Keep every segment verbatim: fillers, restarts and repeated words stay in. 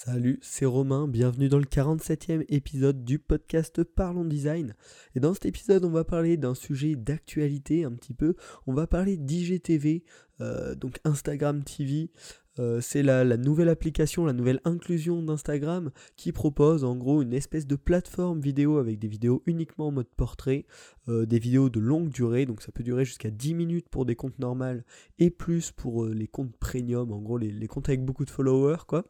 Salut, c'est Romain, bienvenue dans le quarante-septième épisode du podcast Parlons Design. Et dans cet épisode, on va parler d'un sujet d'actualité un petit peu. On va parler d'I G T V, euh, donc Instagram T V. Euh, c'est la, la nouvelle application, la nouvelle inclusion d'Instagram qui propose en gros une espèce de plateforme vidéo avec des vidéos uniquement en mode portrait, euh, des vidéos de longue durée, donc ça peut durer jusqu'à dix minutes pour des comptes normaux et plus pour euh, les comptes premium, en gros les, les comptes avec beaucoup de followers quoi.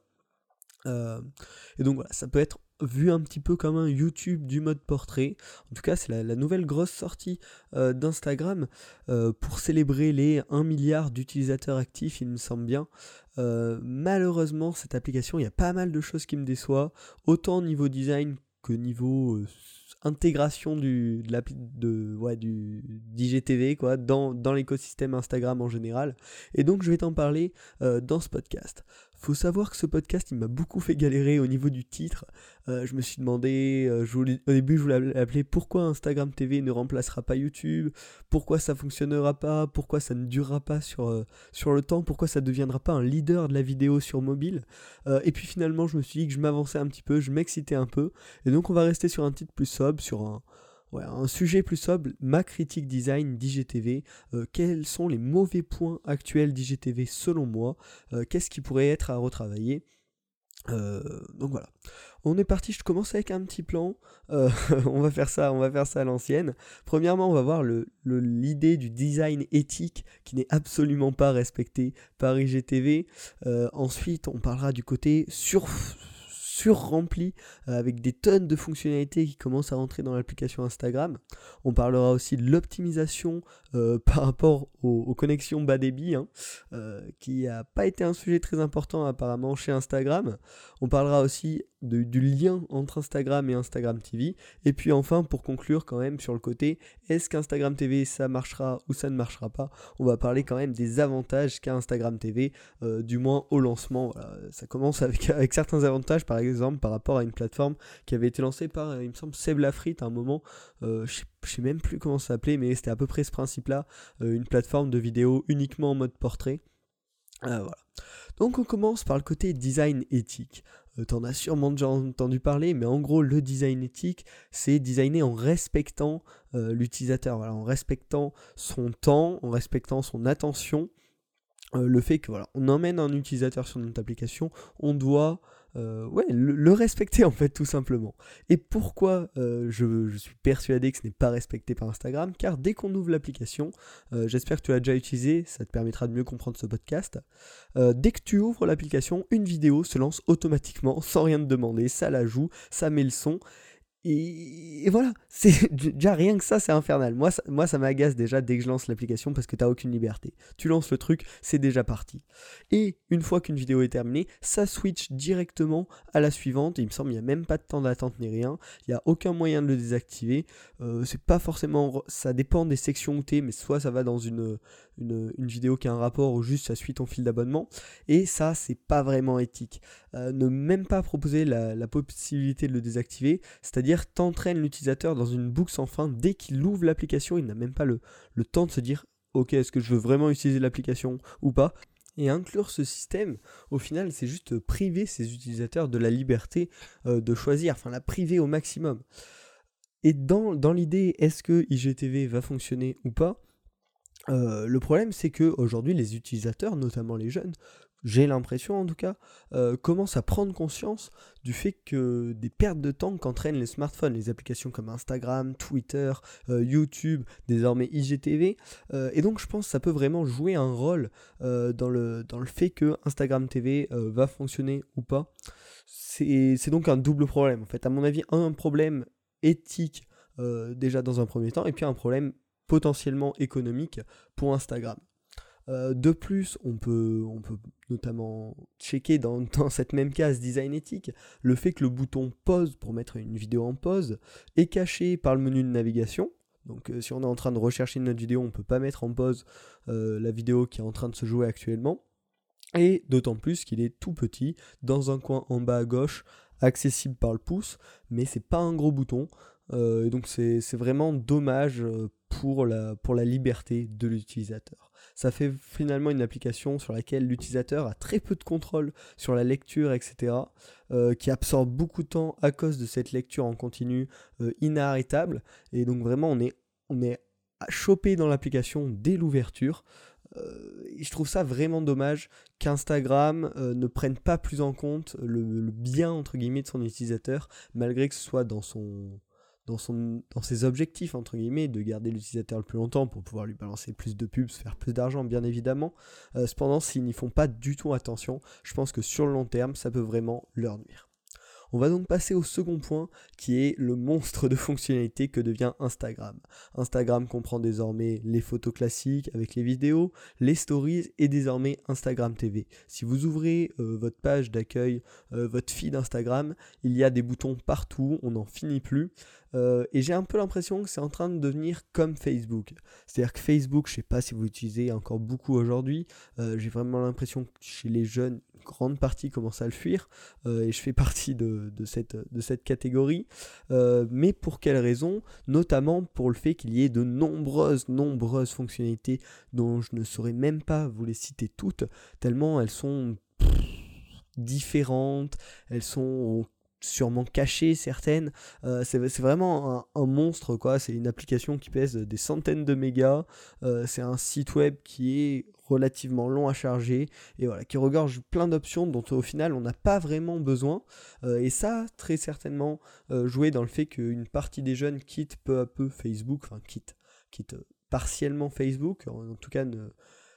Euh, et donc voilà, ça peut être vu un petit peu comme un YouTube du mode portrait. En tout cas, c'est la, la nouvelle grosse sortie euh, d'Instagram euh, pour célébrer les un milliard d'utilisateurs actifs, il me semble bien. Euh, malheureusement, cette application, il y a pas mal de choses qui me déçoivent, autant niveau design que niveau euh, intégration du, de l'appli de, ouais, du, d'I G T V quoi, dans, dans l'écosystème Instagram en général. Et donc, je vais t'en parler euh, dans ce podcast. Faut savoir que ce podcast, il m'a beaucoup fait galérer au niveau du titre. Euh, je me suis demandé, euh, je voulais, au début, je voulais l'appeler pourquoi Instagram T V ne remplacera pas YouTube, pourquoi ça fonctionnera pas, pourquoi ça ne durera pas sur, euh, sur le temps, pourquoi ça ne deviendra pas un leader de la vidéo sur mobile. Euh, et puis finalement, je me suis dit que je m'avançais un petit peu, je m'excitais un peu. Et donc, on va rester sur un titre plus sobre, sur un... Ouais, un sujet plus sobre, ma critique design d'I G T V, euh, quels sont les mauvais points actuels d'I G T V selon moi, euh, qu'est-ce qui pourrait être à retravailler. Euh, donc voilà, on est parti, je commence avec un petit plan, euh, on va faire ça, on va faire ça à l'ancienne. Premièrement, on va voir le, le, l'idée du design éthique qui n'est absolument pas respecté par I G T V. Euh, ensuite, on parlera du côté sur... sur-rempli euh, avec des tonnes de fonctionnalités qui commencent à rentrer dans l'application Instagram. On parlera aussi de l'optimisation euh, par rapport aux, aux connexions bas débit, hein, euh, qui n'a pas été un sujet très important apparemment chez Instagram. On parlera aussi de, du lien entre Instagram et Instagram T V. Et puis enfin, pour conclure quand même sur le côté, est-ce qu'Instagram T V ça marchera ou ça ne marchera pas? On va parler quand même des avantages qu'a Instagram T V, euh, du moins au lancement. Voilà, ça commence avec, avec certains avantages, par exemple par rapport à une plateforme qui avait été lancée par, il me semble, Seb Lafrite à un moment, euh, je sais, je sais même plus comment ça s'appelait, mais c'était à peu près ce principe-là, euh, une plateforme de vidéo uniquement en mode portrait. Euh, voilà. Donc on commence par le côté design éthique. Euh, t'en as sûrement déjà entendu parler, mais en gros le design éthique, c'est designer en respectant euh, l'utilisateur, voilà, en respectant son temps, en respectant son attention. Euh, le fait que voilà, on emmène un utilisateur sur notre application, on doit euh, ouais, le, le respecter en fait tout simplement. Et pourquoi euh, je, je suis persuadé que ce n'est pas respecté par Instagram? Car dès qu'on ouvre l'application, euh, j'espère que tu l'as déjà utilisé, ça te permettra de mieux comprendre ce podcast. Euh, dès que tu ouvres l'application, une vidéo se lance automatiquement sans rien te demander, ça la joue, ça met le son. Et, et voilà, c'est déjà rien que ça, c'est infernal. Moi ça, moi, ça m'agace déjà dès que je lance l'application parce que t'as aucune liberté. Tu lances le truc, c'est déjà parti. Et une fois qu'une vidéo est terminée, ça switch directement à la suivante. Et il me semble qu'il n'y a même pas de temps d'attente ni rien. Il n'y a aucun moyen de le désactiver. Euh, c'est pas forcément, ça dépend des sections où t'es, mais soit ça va dans une, une, une vidéo qui a un rapport ou juste ça suit ton fil d'abonnement. Et ça, c'est pas vraiment éthique. Euh, ne même pas proposer la, la possibilité de le désactiver, c'est-à-dire t'entraînes l'utilisateur dans une boucle sans fin. Dès qu'il ouvre l'application, il n'a même pas le, le temps de se dire ok, est-ce que je veux vraiment utiliser l'application ou pas. Et inclure ce système, au final, c'est juste priver ses utilisateurs de la liberté euh, de choisir, enfin la priver au maximum. Et dans, dans l'idée, est-ce que I G T V va fonctionner ou pas? Euh, le problème, c'est que aujourd'hui, les utilisateurs, notamment les jeunes, j'ai l'impression en tout cas, euh, commencent à prendre conscience du fait que des pertes de temps qu'entraînent les smartphones, les applications comme Instagram, Twitter, euh, YouTube, désormais I G T V, euh, et donc je pense que ça peut vraiment jouer un rôle euh, dans, le, dans le fait que Instagram T V euh, va fonctionner ou pas. C'est, c'est donc un double problème en fait, à mon avis, un problème éthique euh, déjà dans un premier temps, et puis un problème potentiellement économique pour Instagram. Euh, de plus, on peut, on peut notamment checker dans, dans cette même case design éthique le fait que le bouton pause pour mettre une vidéo en pause est caché par le menu de navigation. Donc euh, si on est en train de rechercher notre vidéo, on ne peut pas mettre en pause euh, la vidéo qui est en train de se jouer actuellement. Et d'autant plus qu'il est tout petit, dans un coin en bas à gauche, accessible par le pouce, mais c'est pas un gros bouton. Euh, et donc c'est, c'est vraiment dommage euh, pour la, pour la liberté de l'utilisateur. Ça fait finalement une application sur laquelle l'utilisateur a très peu de contrôle sur la lecture, et cetera, euh, qui absorbe beaucoup de temps à cause de cette lecture en continu euh, inarrêtable. Et donc vraiment, on est, on est chopé dans l'application dès l'ouverture. Euh, et je trouve ça vraiment dommage qu'Instagram euh, ne prenne pas plus en compte le, le bien entre guillemets de son utilisateur, malgré que ce soit dans son dans son dans ses objectifs entre guillemets de garder l'utilisateur le plus longtemps pour pouvoir lui balancer plus de pubs, faire plus d'argent bien évidemment. Euh, cependant, s'ils n'y font pas du tout attention, je pense que sur le long terme, ça peut vraiment leur nuire. On va donc passer au second point qui est le monstre de fonctionnalité que devient Instagram. Instagram comprend désormais les photos classiques avec les vidéos, les stories et désormais Instagram T V. Si vous ouvrez euh, votre page d'accueil, euh, votre feed Instagram, il y a des boutons partout, on n'en finit plus. Euh, et j'ai un peu l'impression que c'est en train de devenir comme Facebook. C'est-à-dire que Facebook, je ne sais pas si vous l'utilisez encore beaucoup aujourd'hui, euh, j'ai vraiment l'impression que chez les jeunes, une grande partie commence à le fuir, euh, et je fais partie de, de, cette, de cette catégorie. Euh, mais pour quelle raison ? Notamment pour le fait qu'il y ait de nombreuses, nombreuses fonctionnalités dont je ne saurais même pas vous les citer toutes, tellement elles sont pff, différentes, elles sont sûrement cachées certaines, euh, c'est, c'est vraiment un, un monstre quoi, c'est une application qui pèse des centaines de mégas, euh, c'est un site web qui est relativement long à charger, et voilà, qui regorge plein d'options dont au final on n'a pas vraiment besoin, euh, et ça très certainement euh, joué dans le fait qu'une partie des jeunes quittent peu à peu Facebook, enfin quittent, quittent partiellement Facebook, en, en tout cas ne,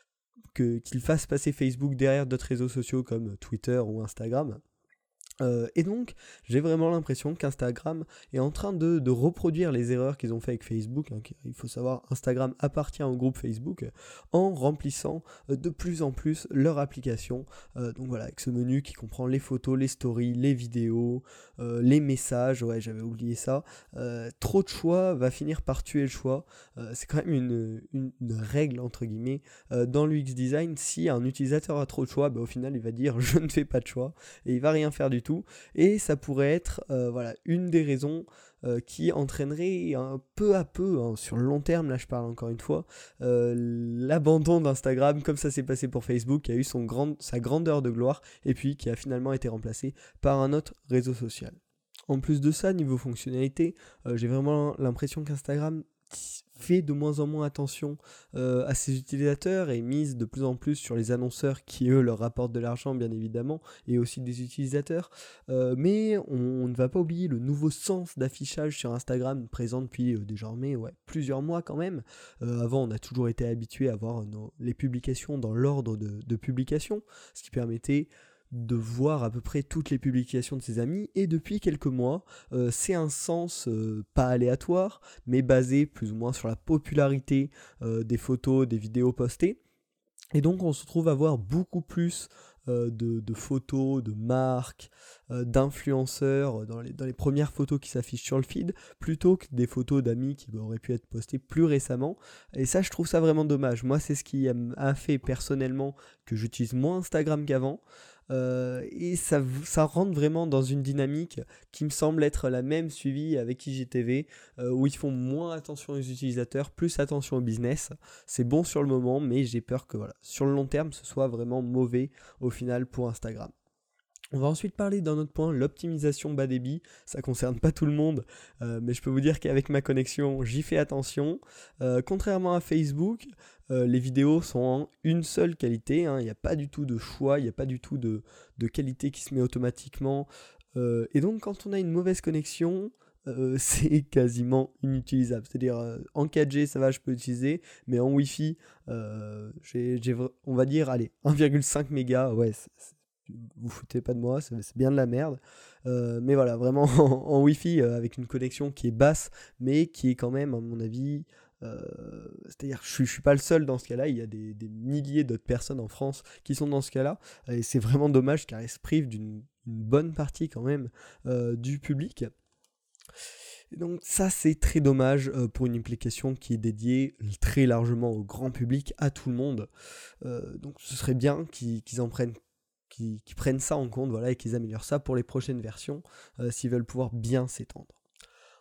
que, qu'ils fassent passer Facebook derrière d'autres réseaux sociaux comme Twitter ou Instagram. Euh, et donc, j'ai vraiment l'impression qu'Instagram est en train de, de reproduire les erreurs qu'ils ont fait avec Facebook. Hein. Il faut savoir, Instagram appartient au groupe Facebook en remplissant de plus en plus leur application. Euh, donc voilà, avec ce menu qui comprend les photos, les stories, les vidéos, euh, les messages. Ouais, j'avais oublié ça. Euh, trop de choix va finir par tuer le choix. Euh, c'est quand même une, une, une règle, entre guillemets, euh, dans l'U X design. Si un utilisateur a trop de choix, bah, au final, il va dire « je ne fais pas de choix » et il va rien faire du tout. Tout, et ça pourrait être euh, voilà, une des raisons euh, qui entraînerait un peu à peu, hein, sur le long terme, là je parle encore une fois, euh, l'abandon d'Instagram, comme ça s'est passé pour Facebook, qui a eu son grand, sa grandeur de gloire, et puis qui a finalement été remplacé par un autre réseau social. En plus de ça, niveau fonctionnalité, euh, j'ai vraiment l'impression qu'Instagram fait de moins en moins attention euh, à ses utilisateurs et mise de plus en plus sur les annonceurs qui eux leur rapportent de l'argent bien évidemment et aussi des utilisateurs, euh, mais on, on ne va pas oublier le nouveau sens d'affichage sur Instagram présent depuis euh, désormais ouais, plusieurs mois quand même. Euh, avant on a toujours été habitué à voir nos, les publications dans l'ordre de, de publication, ce qui permettait de voir à peu près toutes les publications de ses amis, et depuis quelques mois, euh, c'est un sens euh, pas aléatoire, mais basé plus ou moins sur la popularité euh, des photos, des vidéos postées, et donc on se trouve à voir beaucoup plus euh, de, de photos, de marques, euh, d'influenceurs dans les, dans les premières photos qui s'affichent sur le feed, plutôt que des photos d'amis qui auraient pu être postées plus récemment. Et ça, je trouve ça vraiment dommage. Moi, c'est ce qui a fait personnellement que j'utilise moins Instagram qu'avant. Euh, et ça, ça rentre vraiment dans une dynamique qui me semble être la même suivie avec I G T V, euh, où ils font moins attention aux utilisateurs, plus attention au business. C'est bon sur le moment, mais j'ai peur que voilà, sur le long terme, ce soit vraiment mauvais au final pour Instagram. On va ensuite parler d'un autre point, l'optimisation bas débit. Ça concerne pas tout le monde, euh, mais je peux vous dire qu'avec ma connexion, j'y fais attention. Euh, contrairement à Facebook, euh, les vidéos sont en une seule qualité. Il n'y a pas du tout de choix, il n'y a pas du tout de, de qualité qui se met automatiquement. Euh, et donc, quand on a une mauvaise connexion, euh, c'est quasiment inutilisable. C'est-à-dire, euh, en quatre G, ça va, je peux l'utiliser, mais en Wi-Fi, euh, j'ai, j'ai, on va dire, allez, un virgule cinq mégas, ouais, c'est, c'est vous foutez pas de moi, c'est, c'est bien de la merde. Euh, mais voilà, vraiment en, en Wi-Fi, euh, avec une connexion qui est basse, mais qui est quand même, à mon avis, euh, c'est-à-dire je, je suis pas le seul dans ce cas-là, il y a des, des milliers d'autres personnes en France qui sont dans ce cas-là, et c'est vraiment dommage car ils se privent d'une une bonne partie quand même euh, du public. Et donc ça c'est très dommage euh, pour une application qui est dédiée très largement au grand public, à tout le monde. Euh, donc ce serait bien qu'ils, qu'ils en prennent Qui, qui prennent ça en compte, voilà, et qu'ils améliorent ça pour les prochaines versions, euh, s'ils veulent pouvoir bien s'étendre.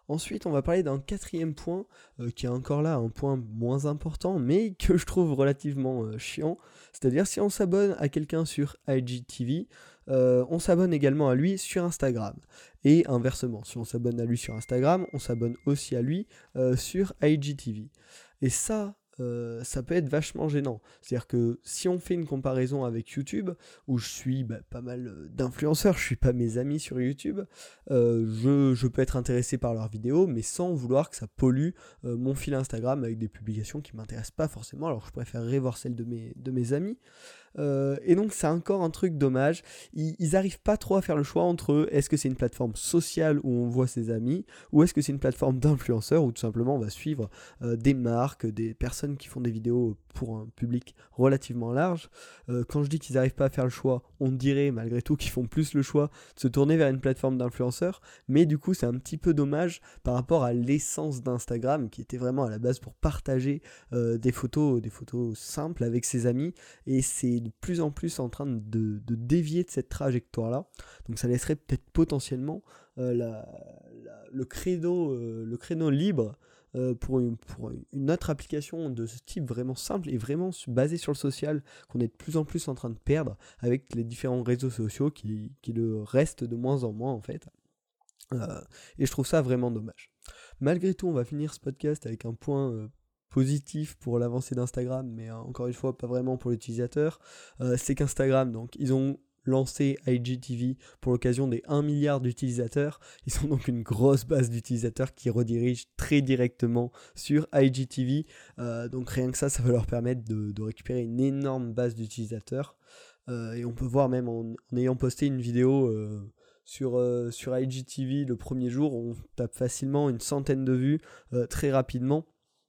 Ensuite, on va parler d'un quatrième point, euh, qui est encore là un point moins important, mais que je trouve relativement euh, chiant. C'est-à-dire, si on s'abonne à quelqu'un sur I G T V, euh, on s'abonne également à lui sur Instagram. Et inversement, si on s'abonne à lui sur Instagram, on s'abonne aussi à lui euh, sur I G T V. Et ça... Euh, ça peut être vachement gênant. C'est-à-dire que si on fait une comparaison avec YouTube, où je suis bah, pas mal d'influenceurs, je suis pas mes amis sur YouTube, euh, je, je peux être intéressé par leurs vidéos, mais sans vouloir que ça pollue euh, mon fil Instagram avec des publications qui m'intéressent pas forcément, alors je préférerais voir celles de mes, de mes amis. Euh, et donc c'est encore un truc dommage, ils, ils arrivent pas trop à faire le choix entre est-ce que c'est une plateforme sociale où on voit ses amis, ou est-ce que c'est une plateforme d'influenceurs où tout simplement on va suivre euh, des marques, des personnes qui font des vidéos pour un public relativement large. Euh, quand je dis qu'ils n'arrivent pas à faire le choix, on dirait malgré tout qu'ils font plus le choix de se tourner vers une plateforme d'influenceurs, mais du coup c'est un petit peu dommage par rapport à l'essence d'Instagram qui était vraiment à la base pour partager euh, des photos, des photos simples avec ses amis, et c'est de plus en plus en train de, de dévier de cette trajectoire-là. Donc ça laisserait peut-être potentiellement euh, la, la, le, créneau, euh, le créneau libre euh, pour, une, pour une autre application de ce type vraiment simple et vraiment basée sur le social qu'on est de plus en plus en train de perdre avec les différents réseaux sociaux qui, qui le restent de moins en moins en fait. Euh, et je trouve ça vraiment dommage. Malgré tout, on va finir ce podcast avec un point... Euh, positif pour l'avancée d'Instagram, mais euh, encore une fois pas vraiment pour l'utilisateur, euh, c'est qu'Instagram, donc ils ont lancé I G T V pour l'occasion des un milliard d'utilisateurs, ils ont donc une grosse base d'utilisateurs qui redirigent très directement sur I G T V, euh, donc rien que ça, ça va leur permettre de, de récupérer une énorme base d'utilisateurs, euh, et on peut voir même en, en ayant posté une vidéo euh, Sur, euh, sur I G T V le premier jour, on tape facilement une centaine de vues euh, très rapidement.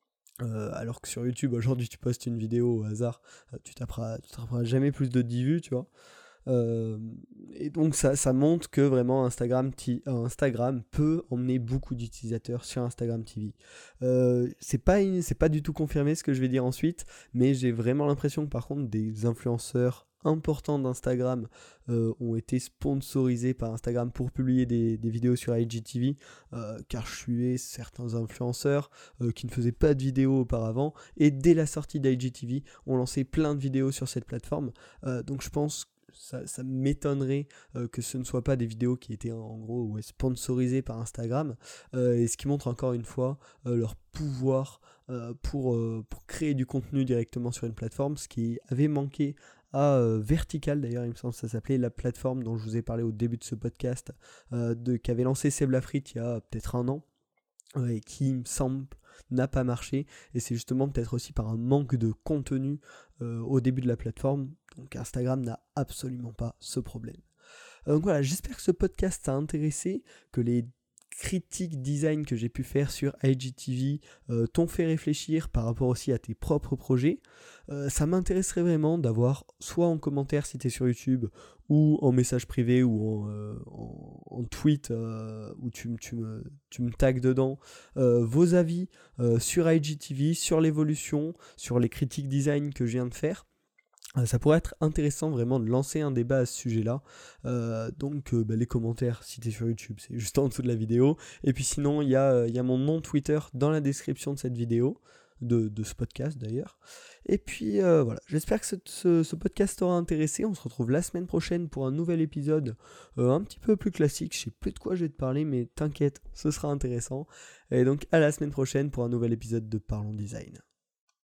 Euh, alors que sur YouTube, aujourd'hui, tu postes une vidéo au hasard, euh, tu taperas, tu taperas jamais plus de dix vues, tu vois. Euh, et donc ça, ça montre que vraiment Instagram, t- Instagram peut emmener beaucoup d'utilisateurs sur Instagram T V. Euh, c'est pas, une, c'est pas du tout confirmé ce que je vais dire ensuite, mais j'ai vraiment l'impression que par contre des influenceurs importants d'Instagram euh, ont été sponsorisés par Instagram pour publier des, des vidéos sur I G T V, euh, car je suivais certains influenceurs euh, qui ne faisaient pas de vidéos auparavant, et dès la sortie d'I G T V, ont lancé plein de vidéos sur cette plateforme, euh, donc je pense que Ça, ça m'étonnerait euh, que ce ne soit pas des vidéos qui étaient en gros ouais, sponsorisées par Instagram, euh, et ce qui montre encore une fois euh, leur pouvoir euh, pour, euh, pour créer du contenu directement sur une plateforme, ce qui avait manqué à euh, Vertical, d'ailleurs il me semble que ça s'appelait, la plateforme dont je vous ai parlé au début de ce podcast, euh, de, qu'avait lancé Seb Lafrite il y a peut-être un an, euh, et qui me semble n'a pas marché, et c'est justement peut-être aussi par un manque de contenu euh, au début de la plateforme. Donc Instagram n'a absolument pas ce problème. Euh, donc voilà, j'espère que ce podcast t'a intéressé, que les critiques design que j'ai pu faire sur I G T V euh, t'ont fait réfléchir par rapport aussi à tes propres projets. Euh, ça m'intéresserait vraiment d'avoir, soit en commentaire si t'es sur YouTube, ou en message privé, ou en, euh, en, en tweet, euh, où tu, tu, me, tu me tags dedans, euh, vos avis euh, sur I G T V, sur l'évolution, sur les critiques design que je viens de faire. Ça pourrait être intéressant vraiment de lancer un débat à ce sujet-là. Euh, donc euh, bah, les commentaires, si tu es sur YouTube, c'est juste en dessous de la vidéo. Et puis sinon, il y, euh, y a mon nom Twitter dans la description de cette vidéo, de, de ce podcast d'ailleurs. Et puis euh, voilà, j'espère que ce, ce, ce podcast t'aura intéressé. On se retrouve la semaine prochaine pour un nouvel épisode euh, un petit peu plus classique. Je sais plus de quoi je vais te parler, mais t'inquiète, ce sera intéressant. Et donc à la semaine prochaine pour un nouvel épisode de Parlons Design.